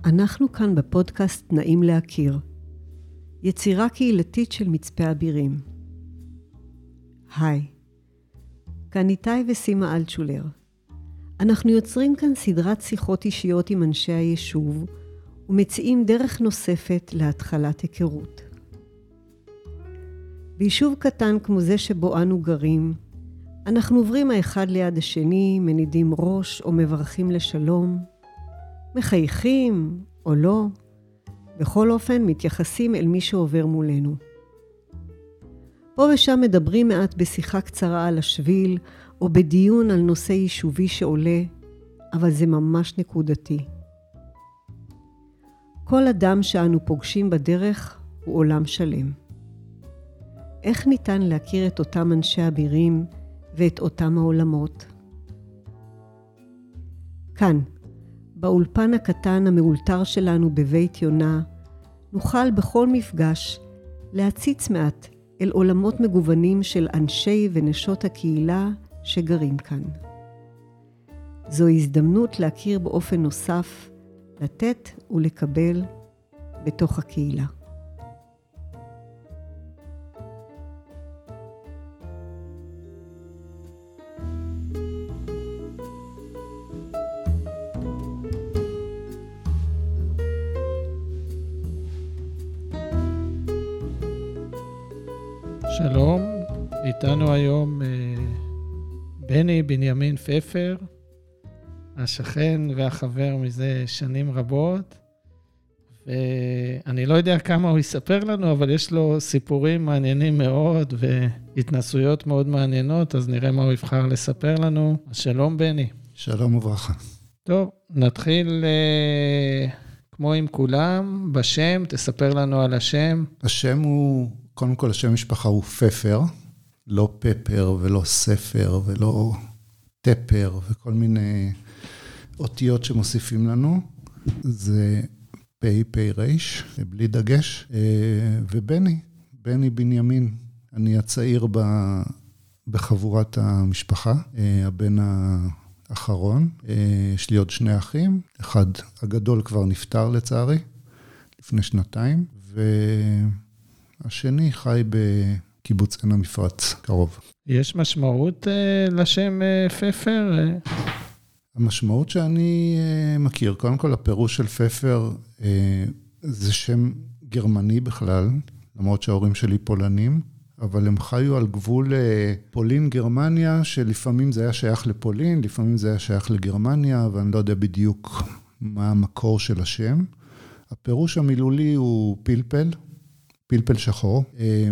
אנחנו כאן בפודקאסט נעים להכיר, יצירה קהילתית של מצפה אבירים. היי, כאן איתי וסימה אלטשולר. אנחנו יוצרים כאן סדרת שיחות אישיות עם אנשי היישוב, ומציעים דרך נוספת להתחלת היכרות. ביישוב קטן כמו זה שבו אנו גרים, אנחנו עוברים האחד ליד השני, מנידים ראש או מברכים לשלום, מחייכים או לא, בכל אופן מתייחסים אל מי שעובר מולנו. פה ושם מדברים מעט בשיחה קצרה על השביל, או בדיון על נושא יישובי שעולה, אבל זה ממש נקודתי. כל אדם שאנו פוגשים בדרך הוא עולם שלם. איך ניתן להכיר את אותם אנשי אבירים ואת אותם העולמות? כאן, באולפן הקטן המאולתר שלנו בבית יונה, נוכל בכל מפגש להציץ מעט אל עולמות מגוונים של אנשי ונשות הקהילה שגרים כאן. זו הזדמנות להכיר באופן נוסף, לתת ולקבל בתוך הקהילה. שלום, איתנו היום בני בנימין פפר, השכן והחבר מזה שנים רבות, ואני לא יודע כמה הוא יספר לנו, אבל יש לו סיפורים מעניינים מאוד והתנסויות מאוד מעניינות, אז נראה מה הוא יבחר לספר לנו. אז שלום בני. שלום וברכה. טוב, נתחיל כמו עם כולם, בשם, תספר לנו על השם. השם הוא, קודם כל השם משפחה הוא פפר, לא פפר ולא ספר ולא טפר וכל מיני אותיות שמוסיפים לנו. זה פי ריש, בלי דגש. ובני בנימין, אני הצעיר בחבורת המשפחה, הבן האחרון. יש לי עוד שני אחים, אחד הגדול כבר נפטר לצערי, לפני שנתיים, והשני חי בקיבוץ עין המפרץ, קרוב. יש משמעות לשם פפר? המשמעות שאני מכיר, קודם כל הפירוש של פפר, זה שם גרמני בכלל, למרות שההורים שלי פולנים, אבל הם חיו על גבול פולין גרמניה, שלפעמים זה היה שייך לפולין, לפעמים זה היה שייך לגרמניה, ואני לא יודע בדיוק מה המקור של השם. הפירוש המילולי הוא פלפל שחור.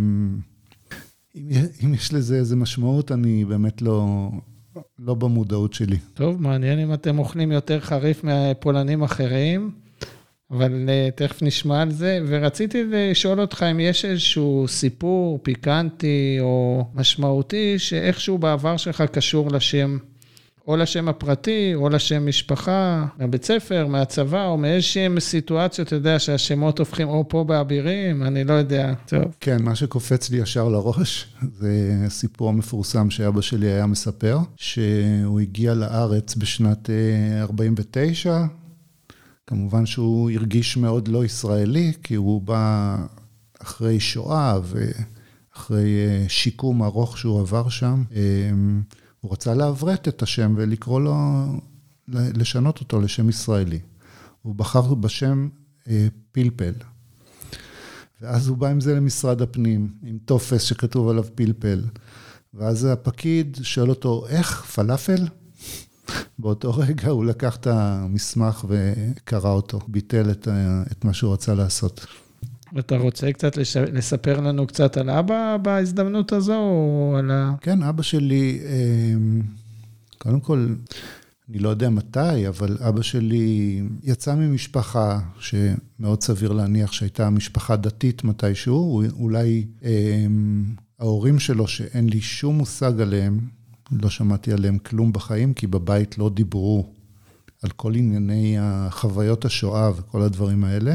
אם יש לזה איזה משמעות, אני באמת לא במודעות שלי. טוב, מעניין אם אתם אוכלים יותר חריף מהפולנים אחרים, אבל תכף נשמע על זה, ורציתי לשאול אותך אם יש איזשהו סיפור פיקנטי או משמעותי, שאיכשהו בעבר שלך קשור לשם, או לשם הפרטי, או לשם משפחה, מהבית ספר, מהצבא, או מאיזשהם סיטואציות, אתה יודע, שהשמות הופכים או פה באבירים, אני לא יודע. טוב. כן, מה שקופץ לי ישר לראש, זה סיפור מפורסם שאבא שלי היה מספר, שהוא הגיע לארץ בשנת 49, כמובן שהוא הרגיש מאוד לא ישראלי, כי הוא בא אחרי שואה ואחרי שיקום ארוך שהוא עבר שם. הוא רצה לעברת את השם ולקרוא לו, לשנות אותו לשם ישראלי. הוא בחר בשם פלפל. ואז הוא בא עם זה למשרד הפנים, עם טופס שכתוב עליו פלפל. ואז הפקיד שואל אותו, איך? פלאפל? באותו רגע הוא לקח את המסמך וקרא אותו, ביטל את מה שהוא רצה לעשות. אתה רוצה קצת לספר לנו קצת על אבא בהזדמנות הזו, או על כן, אבא שלי, קודם כל, אני לא יודע מתי, אבל אבא שלי יצא ממשפחה שמאוד סביר להניח שהייתה משפחה דתית מתישהו, אולי ההורים שלו שאין לי שום מושג עליהם, לא שמעתי עליהם כלום בחיים, כי בבית לא דיברו על כל ענייני החוויות השואה וכל הדברים האלה.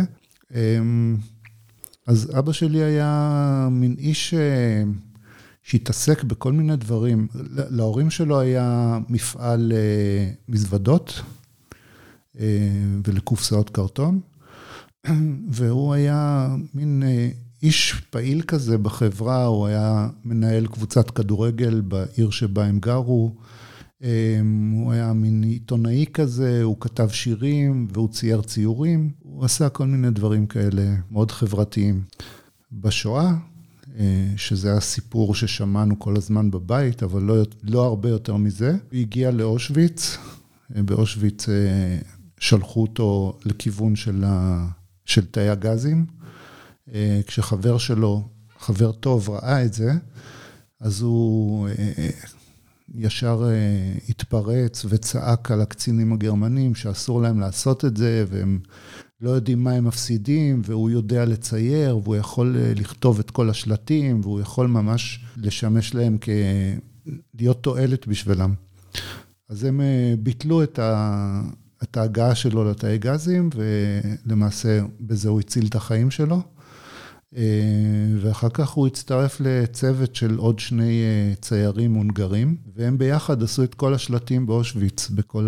אז אבא שלי היה מין איש שהתעסק בכל מיני דברים. להורים שלו היה מפעל מזוודות, ולקופסאות קרטון, והוא היה מין איש פעיל כזה בחברה, הוא היה מנהל קבוצת כדורגל בעיר שבה הם גרו, הוא היה מין עיתונאי כזה, הוא כתב שירים והוא צייר ציורים, הוא עשה כל מיני דברים כאלה מאוד חברתיים. בשואה, שזה הסיפור ששמענו כל הזמן בבית, אבל לא הרבה יותר מזה, הוא הגיע לאושוויץ, באושוויץ שלחו אותו לכיוון של תאי הגזים, כשחבר שלו, חבר טוב, ראה את זה, אז הוא ישר התפרץ וצעק על הקצינים הגרמנים שאסור להם לעשות את זה, והם לא יודעים מה הם מפסידים, והוא יודע לצייר, והוא יכול לכתוב את כל השלטים, והוא יכול ממש לשמש להם להיות תועלת בשבילם. אז הם ביטלו את ההגעה שלו לתאי גזים, ולמעשה בזה הוא הציל את החיים שלו. ואחר כך הוא הצטרף לצוות של עוד 2 ציירים הונגרים, והם ביחד עשו את כל השלטים באושוויץ, בכל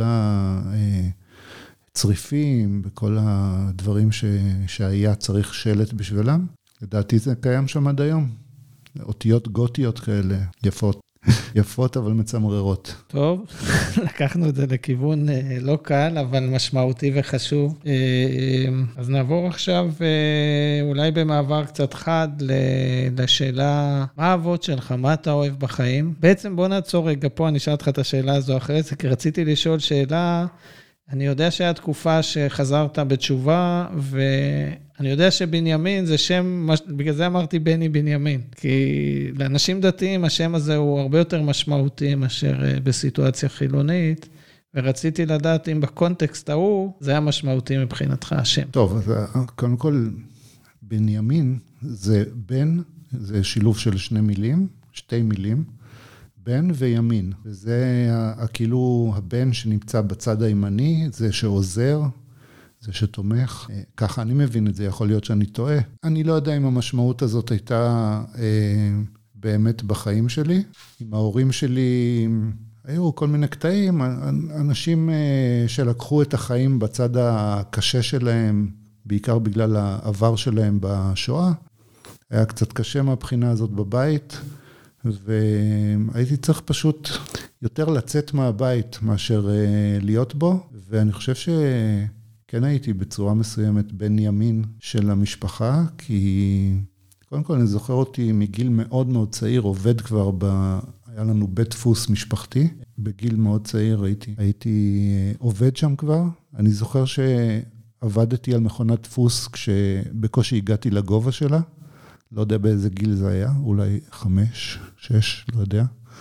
הצריפים, בכל הדברים שהיה צריך שלט בשבילם. לדעתי זה קיים שם עד היום. אותיות גותיות כאלה, יפות. יפות אבל מצמררות. טוב, לקחנו את זה לכיוון לא קל, אבל משמעותי וחשוב. אז נעבור עכשיו אולי במעבר קצת חד לשאלה, מה האהבות שלך, מה אתה אוהב בחיים? בעצם בוא נעצור רגע פה, אני אשאל אותך את השאלה הזו אחרי זה, כי רציתי לשאול שאלה, אני יודע שהיה תקופה שחזרת בתשובה, ואני יודע שבנימין זה שם, בגלל זה אמרתי בני בנימין, כי לאנשים דתיים השם הזה הוא הרבה יותר משמעותי מאשר בסיטואציה חילונית, ורציתי לדעת אם בקונטקסט ההוא, זה היה משמעותי מבחינתך השם. טוב, אז קודם כל, בנימין זה בן, זה שילוב של 2 מילים, בן וימין, וזה כאילו הבן שנמצא בצד הימני, זה שעוזר, זה שתומך, ככה אני מבין את זה, יכול להיות שאני טועה. אני לא יודע אם המשמעות הזאת הייתה באמת בחיים שלי, עם ההורים שלי היו כל מיני קטעים, אנשים שלקחו את החיים בצד הקשה שלהם, בעיקר בגלל העבר שלהם בשואה, היה קצת קשה מהבחינה הזאת בבית, והייתי צריך פשוט יותר לצאת מהבית מאשר להיות בו, ואני חושב שכן הייתי בצורה מסוימת בן ימין של המשפחה, כי קודם כל אני זוכר אותי מגיל מאוד מאוד צעיר, עובד כבר היה לנו בית דפוס משפחתי, בגיל מאוד צעיר הייתי עובד שם כבר, אני זוכר שעבדתי על מכונת דפוס כשבקושי הגעתי לגובה שלה, לא יודע באיזה גיל זה היה, אולי 5, 6, לא יודע.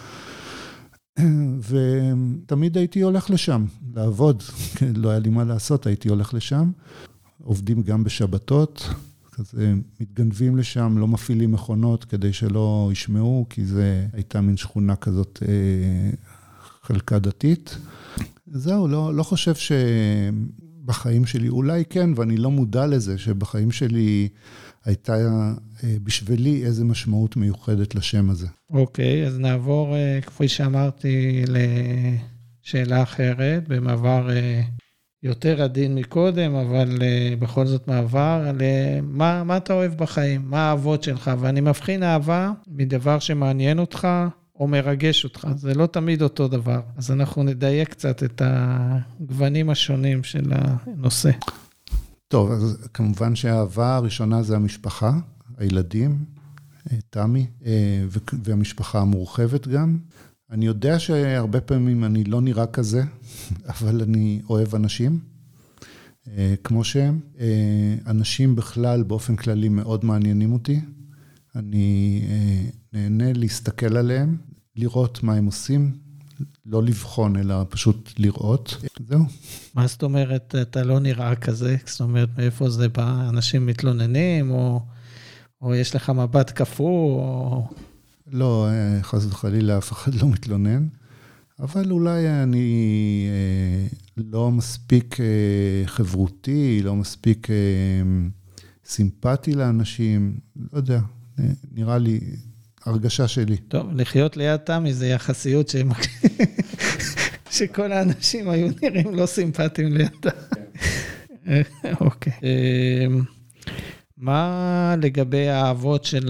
ותמיד הייתי הולך לשם, לעבוד, לא היה לי מה לעשות, הייתי הולך לשם. עובדים גם בשבתות, כזה מתגנבים לשם, לא מפעילים מכונות כדי שלא ישמעו, כי זה הייתה מין שכונה כזאת חלקה דתית. זהו, לא חושב שבחיים שלי, אולי כן, ואני לא מודע לזה, שבחיים שלי הייתה בשבילי איזו משמעות מיוחדת לשם הזה. אוקיי, אז נעבור, כפי שאמרתי, לשאלה אחרת, במעבר יותר עדין מקודם, אבל בכל זאת מעבר, מה אתה אוהב בחיים? מה האהבות שלך? ואני מבחין אהבה מדבר שמעניין אותך, או מרגש אותך, זה לא תמיד אותו דבר. אז אנחנו נדייק קצת את הגוונים השונים של הנושא. טוב, אז כמובן שהאהבה הראשונה זה המשפחה, הילדים, תמי, והמשפחה המורחבת גם. אני יודע שהרבה פעמים אני לא נראה כזה, אבל אני אוהב אנשים, כמו שהם. אנשים בכלל, באופן כללי, מאוד מעניינים אותי. אני נהנה להסתכל עליהם, לראות מה הם עושים, לא לבחון, אלא פשוט לראות. זהו. מה זאת אומרת, אתה לא נראה כזה? זאת אומרת, מאיפה זה בא? אנשים מתלוננים, או יש לך מבט קפוא, או... לא, חס וחלילה, אף אחד לא מתלונן, אבל אולי אני לא מספיק חברותי, לא מספיק סימפטי לאנשים, לא יודע, נראה לי הרגשה שלי. טוב, לחיות ליד תמי זה יחסיות שכל האנשים היו נראים לא סימפטיים לידה. אוקיי. מה לגבי האהבות של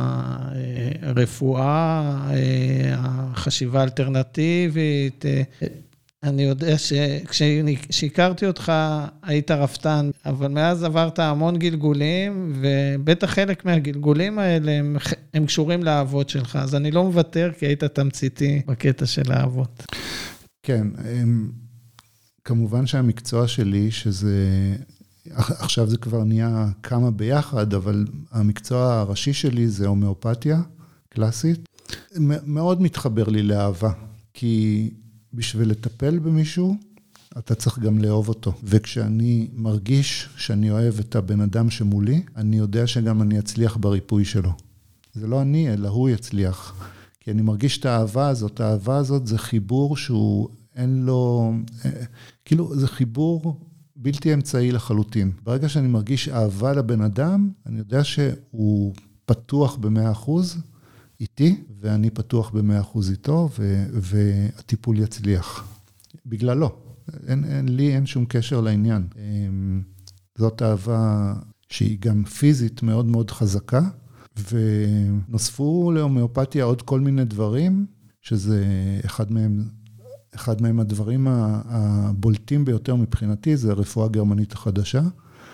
הרפואה, החשיבה האלטרנטיבית? אני יודע שכשהכרתי אותך היית רפתן, אבל מאז עברת המון גלגולים, ובטח חלק מהגלגולים האלה הם קשורים לאהבות שלך, אז אני לא מוותר כי היית תמציתי בקטע של האהבות. כן, כמובן שהמקצוע שלי, שזה, עכשיו זה כבר נהיה כמה ביחד, אבל המקצוע הראשי שלי זה הומאופתיה קלאסית, מאוד מתחבר לי לאהבה, כי בשביל לטפל במישהו, אתה צריך גם לאהוב אותו. וכשאני מרגיש שאני אוהב את הבן אדם שמולי, אני יודע שגם אני אצליח בריפוי שלו. זה לא אני, אלא הוא יצליח. כי אני מרגיש את האהבה הזאת. האהבה הזאת זה חיבור שהוא אין לו, כאילו זה חיבור בלתי אמצעי לחלוטין. ברגע שאני מרגיש אהבה לבן אדם, אני יודע שהוא פתוח ב100%, איתי, ואני פתוח ב100% איתו, והטיפול יצליח. בגללו. לי אין שום קשר לעניין. זאת אהבה שהיא גם פיזית מאוד מאוד חזקה, ונוספו להומאופתיה עוד כל מיני דברים, שזה אחד מהם הדברים הבולטים ביותר מבחינתי, זה הרפואה הגרמנית החדשה,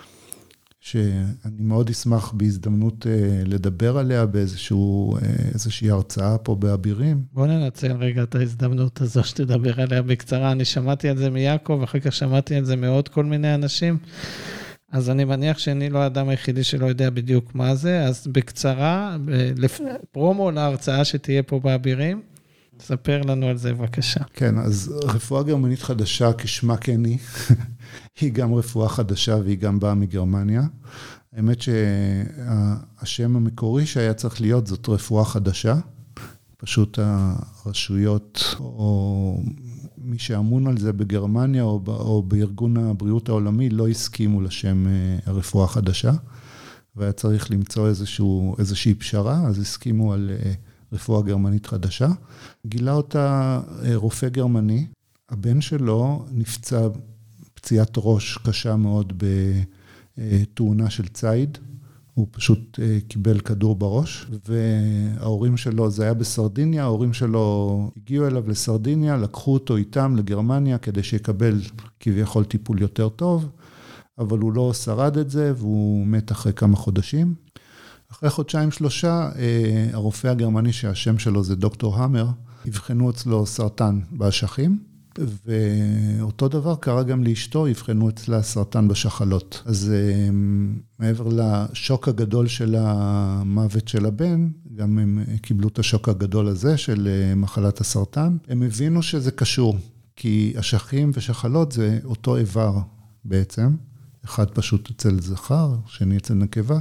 שאני מאוד אשמח בהזדמנות לדבר עליה באיזושהי הרצאה פה באבירים. בוא ננצל רגע את ההזדמנות הזו שתדבר עליה בקצרה. אני שמעתי על זה מיעקב, אחר כך שמעתי על זה מעוד כל מיני אנשים, אז אני מניח שאני לא האדם היחידי שלא יודע בדיוק מה זה, אז בקצרה, פרומו להרצאה שתהיה פה באבירים, תספר לנו על זה בבקשה. כן, אז רפואה גרמנית חדשה כשמה כן היא גם רפואה חדשה והיא גם באה מגרמניה. האמת שהשם המקורי שהיה צריך להיות זאת רפואה חדשה. פשוט הרשויות או מי שאמון על זה בגרמניה או בארגון הבריאות העולמי לא הסכימו לשם הרפואה החדשה. והיה צריך למצוא איזושהי פשרה, אז הסכימו על רפואה גרמנית חדשה. גילה אותה רופא גרמני, הבן שלו נפצע פציעת ראש קשה מאוד בתאונה של צייד, הוא פשוט קיבל כדור בראש, וההורים שלו, זה היה בסרדיניה, ההורים שלו הגיעו אליו לסרדיניה, לקחו אותו איתם לגרמניה כדי שיקבל כביכול טיפול יותר טוב, אבל הוא לא שרד את זה והוא מת אחרי כמה חודשים. אחרי חודשיים-שלושה, הרופא הגרמני שהשם שלו זה דוקטור המר, הבחנו אצלו סרטן באשכים, ואותו דבר קרה גם לאשתו, הבחנו אצלה סרטן בשחלות. אז מעבר לשוק הגדול של המוות של הבן, גם הם קיבלו את השוק הגדול הזה של מחלת הסרטן, הם הבינו שזה קשור, כי אשכים ושחלות זה אותו איבר בעצם, אחד פשוט אצל זכר, שני אצל נקבה,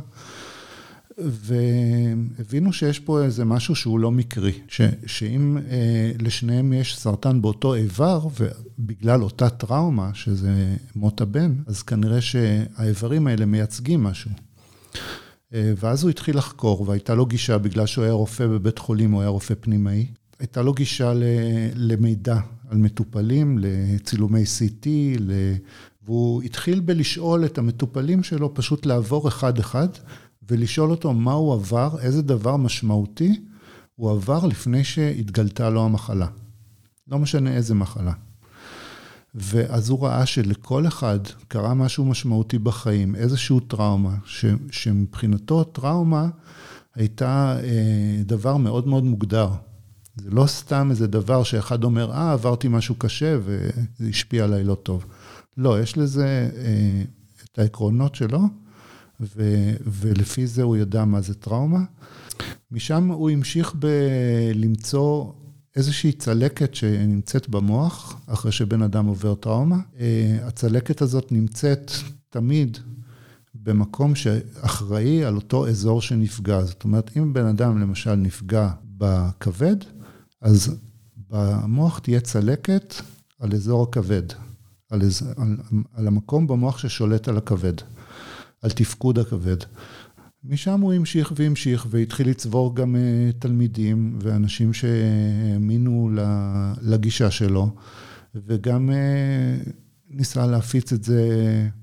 והבינו שיש פה איזה משהו שהוא לא מקרי, שאם לשניהם יש סרטן באותו איבר, ובגלל אותה טראומה, שזה מות הבן, אז כנראה שהאיברים האלה מייצגים משהו. ואז הוא התחיל לחקור, והייתה לו גישה, בגלל שהוא היה רופא בבית חולים, הוא היה רופא פנימאי, הייתה לו גישה למידע על מטופלים, לצילומי CT, והוא התחיל בלשאול את המטופלים שלו, פשוט לעבור אחד-אחד, ולשאול אותו מה הוא עבר, איזה דבר משמעותי הוא עבר לפני שהתגלתה לו המחלה. לא משנה איזה מחלה. ואז הוא ראה שלכל אחד קרה משהו משמעותי בחיים, איזשהו טראומה, שמבחינתו טראומה הייתה דבר מאוד מאוד מוגדר. זה לא סתם איזה דבר שאחד אומר, עברתי משהו קשה וזה השפיע עליי לא טוב. לא, יש לזה את העקרונות שלו, ולפי זה הוא ידע מה זה טראומה. משם הוא המשיך למצוא איזושהי צלקת שנמצאת במוח, אחרי שבן אדם עובר טראומה. הצלקת הזאת נמצאת תמיד במקום שאחראי על אותו אזור שנפגע. זאת אומרת, אם בן אדם למשל נפגע בכבד, אז במוח תהיה צלקת על אזור הכבד, על המקום במוח ששולט על הכבד. על תפקוד הכבד. משם הוא המשיך והמשיך, והתחיל לצבור גם תלמידים, ואנשים שהאמינו לגישה שלו, וגם ניסה להפיץ את זה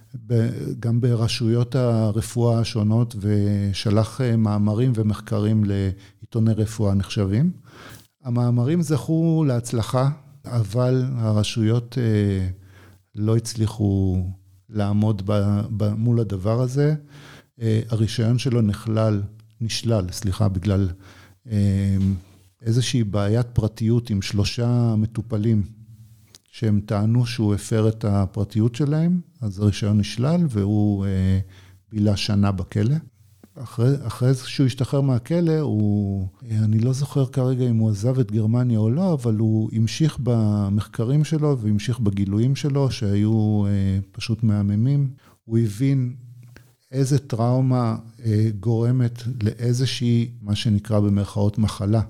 גם ברשויות הרפואה השונות, ושלח מאמרים ומחקרים לעיתוני רפואה נחשבים. המאמרים זכו להצלחה, אבל הרשויות לא הצליחו לעמוד מול הדבר הזה. הרישיון שלו נשלל, בגלל איזושהי בעיית פרטיות עם 3 מטופלים, שהם טענו שהוא הפר את הפרטיות שלהם, אז הרישיון נשלל, והוא בילה שנה בכלא. אחרי שהוא השתחרר מהכלא, אני לא זוכר כרגע אם הוא עזב את גרמניה או לא, אבל הוא המשיך במחקרים שלו, והמשיך בגילויים שלו, שהיו פשוט מהממים. הוא הבין איזה טראומה גורמת לאיזושהי, מה שנקרא במרכאות מחלה,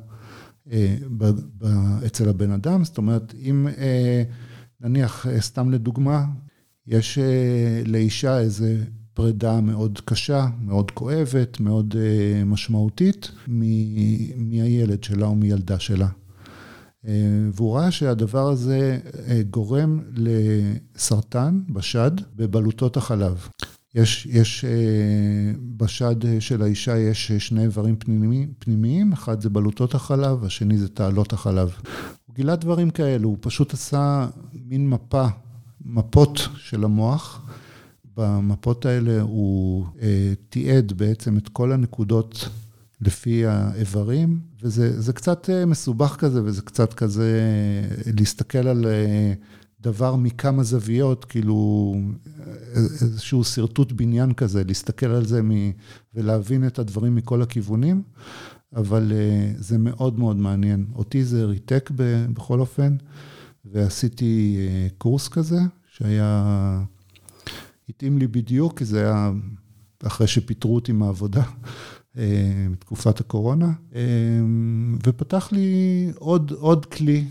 אצל הבן אדם. זאת אומרת, אם נניח, סתם לדוגמה, יש לאישה איזה פרידה מאוד קשה, מאוד כואבת, מאוד משמעותית, מהילד שלה או מילדה שלה. והוא ראה שהדבר הזה גורם לסרטן בשד בבלוטות החלב. יש בשד של האישה יש 2 איברים פנימיים, אחד זה בלוטות החלב, השני זה תעלות החלב. הוא גילה דברים כאלו, הוא פשוט עשה מין מפות של המוח. במפות האלה הוא תיעד בעצם את כל הנקודות לפי האיברים, וזה קצת מסובך כזה, וזה קצת כזה להסתכל על דבר מכמה זוויות, כאילו איזשהו סרטוט בניין כזה, להסתכל על זה ולהבין את הדברים מכל הכיוונים, אבל זה מאוד מאוד מעניין. אותי זה ריתק בכל אופן, ועשיתי קורס כזה, שהיה, התאים לי בדיוק, כי זה היה אחרי שפיטרו אותי מהעבודה, בתקופת הקורונה, ופתח לי עוד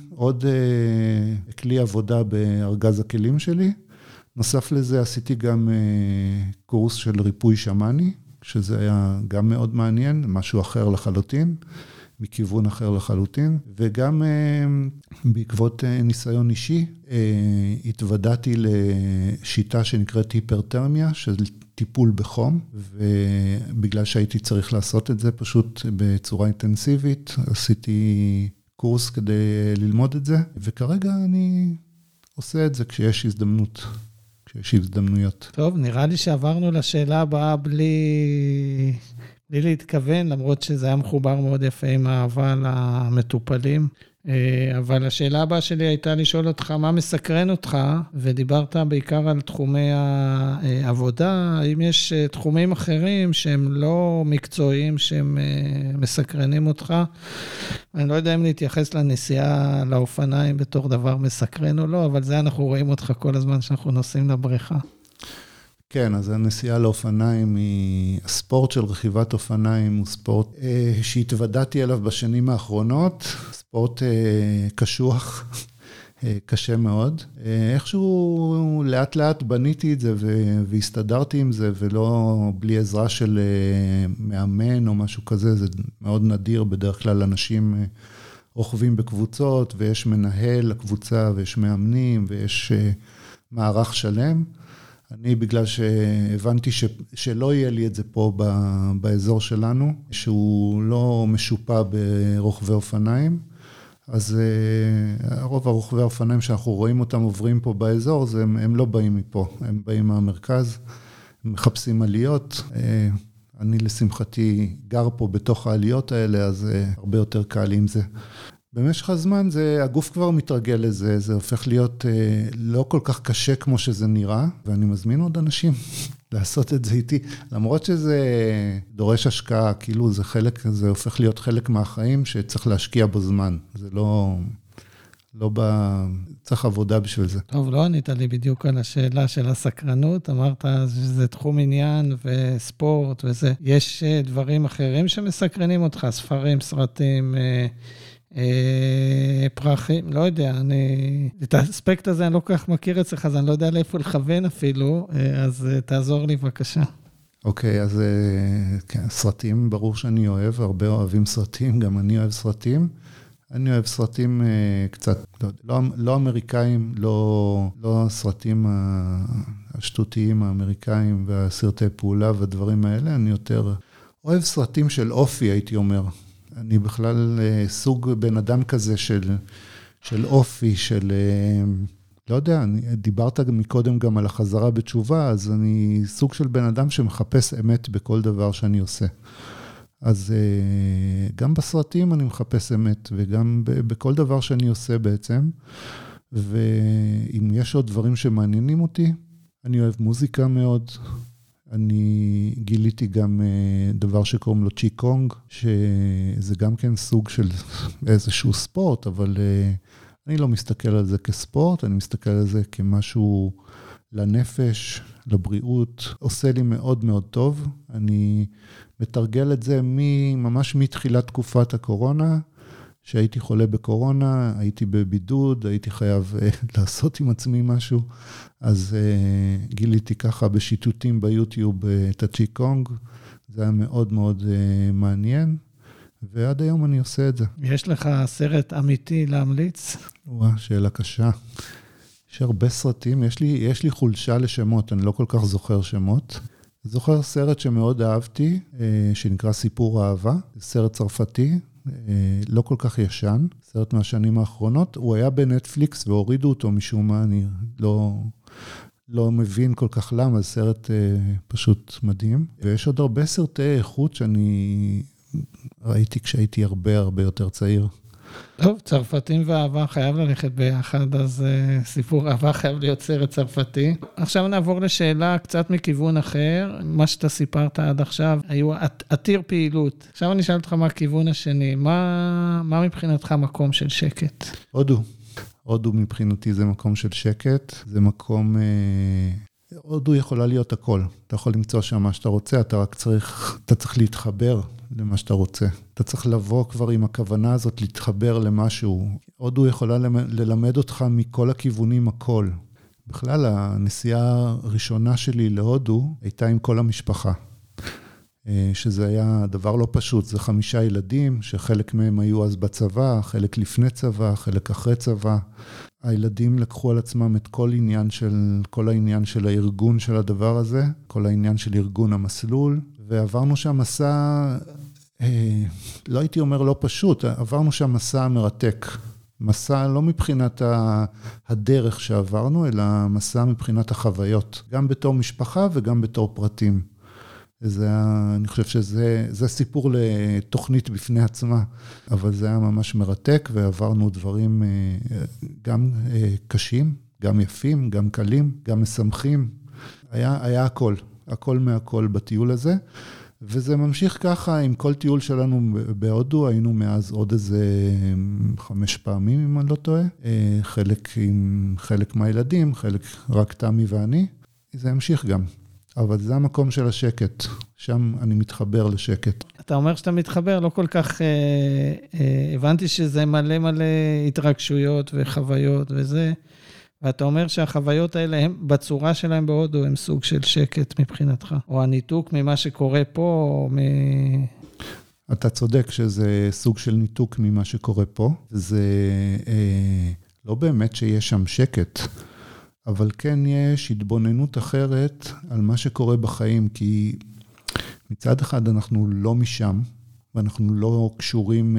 כלי עבודה בארגז הכלים שלי. נוסף לזה עשיתי גם קורס של ריפוי שמני, שזה היה גם מאוד מעניין, משהו אחר לחלוטין, מכיוון אחר לחלוטין, וגם בעקבות ניסיון אישי, התוודעתי לשיטה שנקראת היפרתרמיה, של טיפול בחום, ובגלל שהייתי צריך לעשות את זה פשוט בצורה אינטנסיבית, עשיתי קורס כדי ללמוד את זה, וכרגע אני עושה את זה כשיש הזדמנויות. טוב, נראה לי שעברנו לשאלה הבאה בלי להתכוון, למרות שזה היה מחובר מאוד יפה עם האהבה למטופלים. אבל השאלה הבאה שלי הייתה לשאול אותך, מה מסקרן אותך? ודיברת בעיקר על תחומי העבודה, האם יש תחומים אחרים שהם לא מקצועיים, שהם מסקרנים אותך? אני לא יודע אם להתייחס לנסיעה לאופניים בתור דבר מסקרן או לא, אבל זה אנחנו רואים אותך כל הזמן שאנחנו נוסעים לבריכה. כן, אז הנסיעה לאופניים היא, הספורט של רכיבת אופניים הוא ספורט שהתוודעתי אליו בשנים האחרונות, ספורט קשוח, קשה מאוד. איכשהו לאט לאט בניתי את זה והסתדרתי עם זה, ולא בלי עזרה של מאמן או משהו כזה, זה מאוד נדיר, בדרך כלל אנשים רוכבים בקבוצות, ויש מנהל לקבוצה, ויש מאמנים, ויש מערך שלם. אני, בגלל שהבנתי שלא יהיה לי את זה פה באזור שלנו, שהוא לא משופע ברוכבי אופניים, אז רוב הרוכבי האופניים שאנחנו רואים אותם עוברים פה באזור, הם לא באים מפה, הם באים מהמרכז, הם מחפשים עליות. אני לשמחתי גר פה בתוך העליות האלה, אז הרבה יותר קל עם זה. במשך הזמן הגוף כבר מתרגל לזה, זה הופך להיות לא כל כך קשה כמו שזה נראה, ואני מזמין עוד אנשים לעשות את זה איתי, למרות שזה דורש השקעה, כאילו זה הופך להיות חלק מהחיים שצריך להשקיע בו זמן, זה צריך עבודה בשביל זה. טוב, לא ענית לי בדיוק על השאלה של הסקרנות, אמרת שזה תחום עניין וספורט וזה, יש דברים אחרים שמסקרנים אותך, ספרים, סרטים, פרחים, לא יודע, את האספקט הזה אני לא כל כך מכיר אצלך, אז אני לא יודע לאיפה לכוון אפילו, אז תעזור לי בבקשה. אוקיי, אז כן, סרטים, ברור שאני אוהב, הרבה אוהבים סרטים, גם אני אוהב סרטים. אני אוהב סרטים קצת, לא אמריקאים, לא הסרטים השטותיים האמריקאים והסרטי פעולה והדברים האלה, אני יותר אוהב סרטים של אופי, הייתי אומר. אני בכלל סוג בן אדם כזה של אופי, של, לא יודע, דיברת מקודם גם על החזרה בתשובה, אז אני סוג של בן אדם שמחפש אמת בכל דבר שאני עושה. אז גם בסרטים אני מחפש אמת, וגם בכל דבר שאני עושה בעצם, ואם יש עוד דברים שמעניינים אותי, אני אוהב מוזיקה מאוד, אני גיליתי גם דבר שקוראים לו צ'י קונג, שזה גם כן סוג של איזשהו ספורט, אבל אני לא מסתכל על זה כספורט, אני מסתכל על זה כמשהו לנפש, לבריאות, עושה לי מאוד מאוד טוב. אני מתרגל את זה ממש מתחילת תקופת הקורונה, שהייתי חולה בקורונה, הייתי בבידוד, הייתי חייב לעשות עם עצמי משהו, אז גיליתי ככה בשיטוטים ביוטיוב את הצ'י קונג, זה היה מאוד מאוד מעניין, ועד היום אני עושה את זה. יש לך סרט אמיתי להמליץ? שאלה קשה. יש הרבה סרטים, יש לי חולשה לשמות, אני לא כל כך זוכר שמות. זוכר סרט שמאוד אהבתי, שנקרא סיפור אהבה, סרט צרפתי, לא כל כך ישן, סרט מהשנים האחרונות, הוא היה בנטפליקס והורידו אותו משום מה, אני לא מבין כל כך למה, זה סרט פשוט מדהים. ויש עוד הרבה סרטי איכות שאני ראיתי כשהייתי הרבה הרבה יותר צעיר. טוב, צרפתים ואהבה חייב ללכת ביחד, אז סיפור אהבה חייב להיות סרט צרפתי. עכשיו נעבור לשאלה קצת מכיוון אחר. מה שאתה סיפרת עד עכשיו, היו עתיר פעילות. עכשיו אני אשאל אותך מה הכיוון השני. מה מבחינתך מקום של שקט? הודו מבחינתי זה מקום של שקט. זה מקום... הודו יכולה להיות הכל. אתה יכול למצוא שם מה שאתה רוצה, אתה צריך להתחבר למה שאתה רוצה. אתה צריך לבוא כבר עם הכוונה הזאת, להתחבר למשהו. הודו יכולה ללמד אותך מכל הכיוונים הכל. בכלל, הנסיעה הראשונה שלי להודו הייתה עם כל המשפחה. שזה היה דבר לא פשוט. זה 5 ילדים, שחלק מהם היו אז בצבא, חלק לפני צבא, חלק אחרי צבא. הילדים לקחו על עצמם את כל העניין של הארגון של הדבר הזה, כל העניין של ארגון המסלול, ועברנו שם מסע, לא הייתי אומר לא פשוט, עברנו שם מסע מרתק. מסע לא מבחינת הדרך שעברנו, אלא מסע מבחינת החוויות, גם בתור משפחה וגם בתור פרטים. אני חושב שזה סיפור לתוכנית בפני עצמה, אבל זה היה ממש מרתק, ועברנו דברים גם קשים, גם יפים, גם קלים, גם משמחים. היה הכל מהכל בטיול הזה, וזה ממשיך ככה עם כל טיול שלנו בהודו, היינו מאז עוד איזה 5 פעמים, אם אני לא טועה, חלק מהילדים, חלק רק תמי ואני, זה המשיך גם. אבל זה המקום של השקט, שם אני מתחבר לשקט. אתה אומר שאתה מתחבר, לא כל כך, הבנתי שזה מלא מלא התרגשויות וחוויות וזה, ואתה אומר שהחוויות האלה, הם, בצורה שלהם בהודו, הם סוג של שקט מבחינתך, או הניתוק ממה שקורה פה, אתה צודק שזה סוג של ניתוק ממה שקורה פה, זה לא באמת שיש שם שקט, אבל כן יש התבוננות אחרת על מה שקורה בחיים, כי מצד אחד אנחנו לא משם, ואנחנו לא קשורים,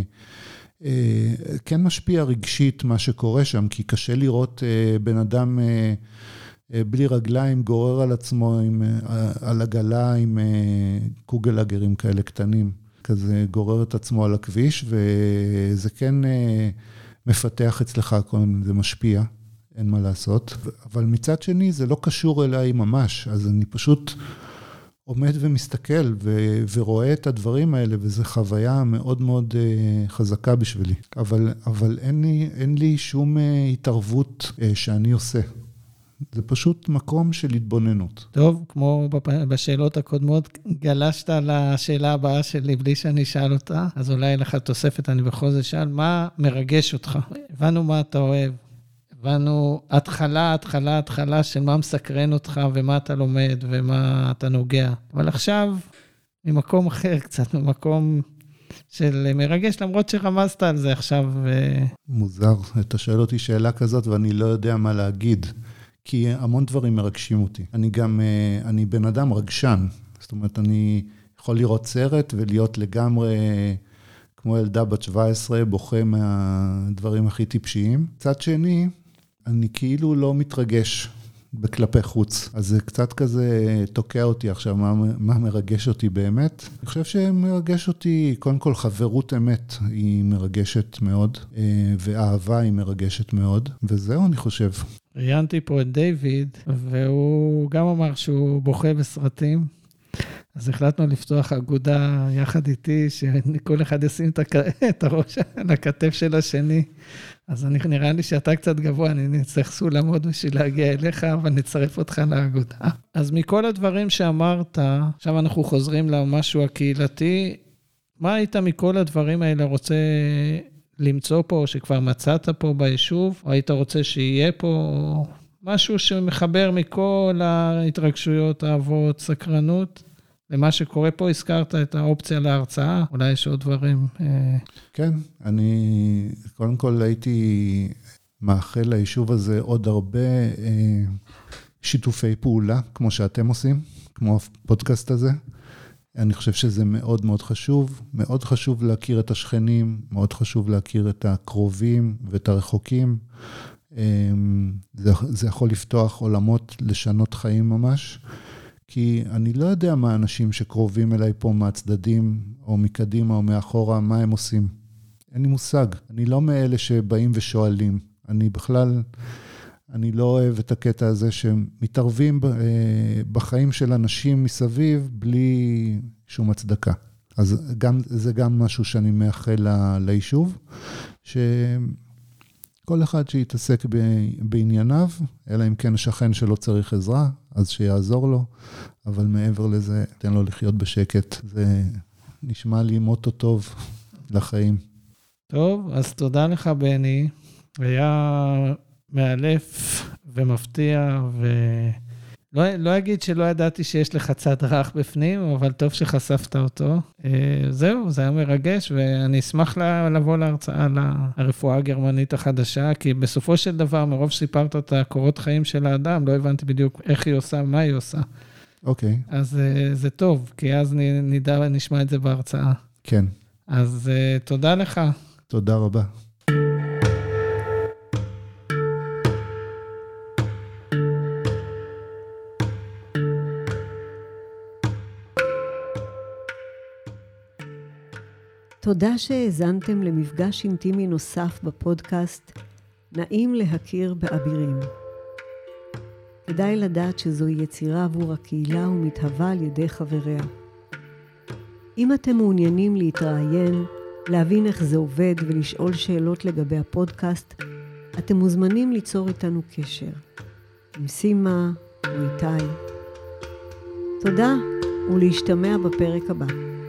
כן משפיע רגשית מה שקורה שם, כי קשה לראות בן אדם בלי רגליים גורר על עצמו על עגלה עם קוגלגרים כאלה קטנים, כזה גורר את עצמו על הכביש, וזה כן מפתח אצלך, זה משפיע. אין מה לעשות, אבל מצד שני זה לא קשור אליי ממש, אז אני פשוט עומד ומסתכל ורואה את הדברים האלה, וזו חוויה מאוד מאוד חזקה בשבילי, אבל אין לי שום התערבות שאני עושה. זה פשוט מקום של התבוננות. טוב, כמו בשאלות הקודמות, גלשת לשאלה הבאה שלי בלי שאני אשאל אותה, אז אולי לך תוספת, אני בכל זאת שאל, מה מרגש אותך? הבנו מה אתה אוהב. הבנו התחלה של מה מסקרן אותך ומה אתה לומד ומה אתה נוגע. אבל עכשיו, ממקום אחר קצת, ממקום של מרגש, למרות שרמזת על זה עכשיו. מוזר, אתה שואל אותי שאלה כזאת ואני לא יודע מה להגיד, כי המון דברים מרגשים אותי. אני בן אדם רגשן, זאת אומרת, אני יכול לראות סרט ולהיות לגמרי כמו ילדה בת 17, בוכה מהדברים הכי טיפשיים. צד שני, אני כאילו לא מתרגש בכלפי חוץ. אז זה קצת כזה תוקע אותי עכשיו, מה מרגש אותי באמת. אני חושב שמרגש אותי, קודם כל חברות אמת היא מרגשת מאוד, ואהבה היא מרגשת מאוד, וזהו אני חושב. ראיינתי פה את דיוויד, והוא גם אמר שהוא בוכה בסרטים, אז החלטנו לפתוח אגודה יחד איתי, שכל אחד ישים את הראש על הכתף של השני. אז נראה לי שאתה קצת גבוה, אני נצטרך סולמות בשביל להגיע אליך, אבל נצרף אותך לאגודה. אז מכל הדברים שאמרת, עכשיו אנחנו חוזרים למשהו הקהילתי, מה היית מכל הדברים האלה רוצה למצוא פה, או שכבר מצאת פה ביישוב, או היית רוצה שיהיה פה משהו שמחבר מכל ההתרגשויות, האהבות, סקרנות? למה שקורה פה, הזכרת את האופציה להרצאה, אולי יש עוד דברים. כן, אני קודם כל הייתי מאחל ליישוב הזה עוד הרבה שיתופי פעולה, כמו שאתם עושים, כמו הפודקאסט הזה. אני חושב שזה מאוד מאוד חשוב, מאוד חשוב להכיר את השכנים, מאוד חשוב להכיר את הקרובים ואת הרחוקים. זה יכול לפתוח עולמות, לשנות חיים ממש. כי אני לא יודע מה האנשים שקרובים אליי פה מהצדדים, או מקדימה או מאחורה, מה הם עושים. אין לי מושג. אני לא מאלה שבאים ושואלים. אני בכלל, אני לא אוהב את הקטע הזה שמתערבים בחיים של אנשים מסביב, בלי שום הצדקה. אז זה גם משהו שאני מאחל ליישוב, כל אחד שיתעסק בענייניו, אלא אם כן השכן שלו צריך עזרה, אז שיעזור לו, אבל מעבר לזה, תן לו לחיות בשקט. זה נשמע לי מוטו טוב לחיים. טוב, אז תודה לך בני, היה מאלף ומפתיע, לא אגיד שלא ידעתי שיש לך צד רך בפנים, אבל טוב שחשפת אותו. זהו, זה היה מרגש, ואני אשמח לבוא להרצאה על הרפואה הגרמנית החדשה, כי בסופו של דבר, מרוב שסיפרת את הקורות חיים של האדם, לא הבנתי בדיוק איך היא עושה, מה היא עושה. אוקיי. אז זה טוב, כי אז נשמע את זה בהרצאה. כן. אז תודה לך. תודה רבה. תודה שהאזנתם למפגש אינטימי נוסף בפודקאסט, נעים להכיר באבירים. כדאי לדעת שזוהי יצירה עבור הקהילה ומתהווה על ידי חבריה. אם אתם מעוניינים להתראיין, להבין איך זה עובד ולשאול שאלות לגבי הפודקאסט, אתם מוזמנים ליצור איתנו קשר. עם סימה או איתי. תודה ולהשתמע בפרק הבא.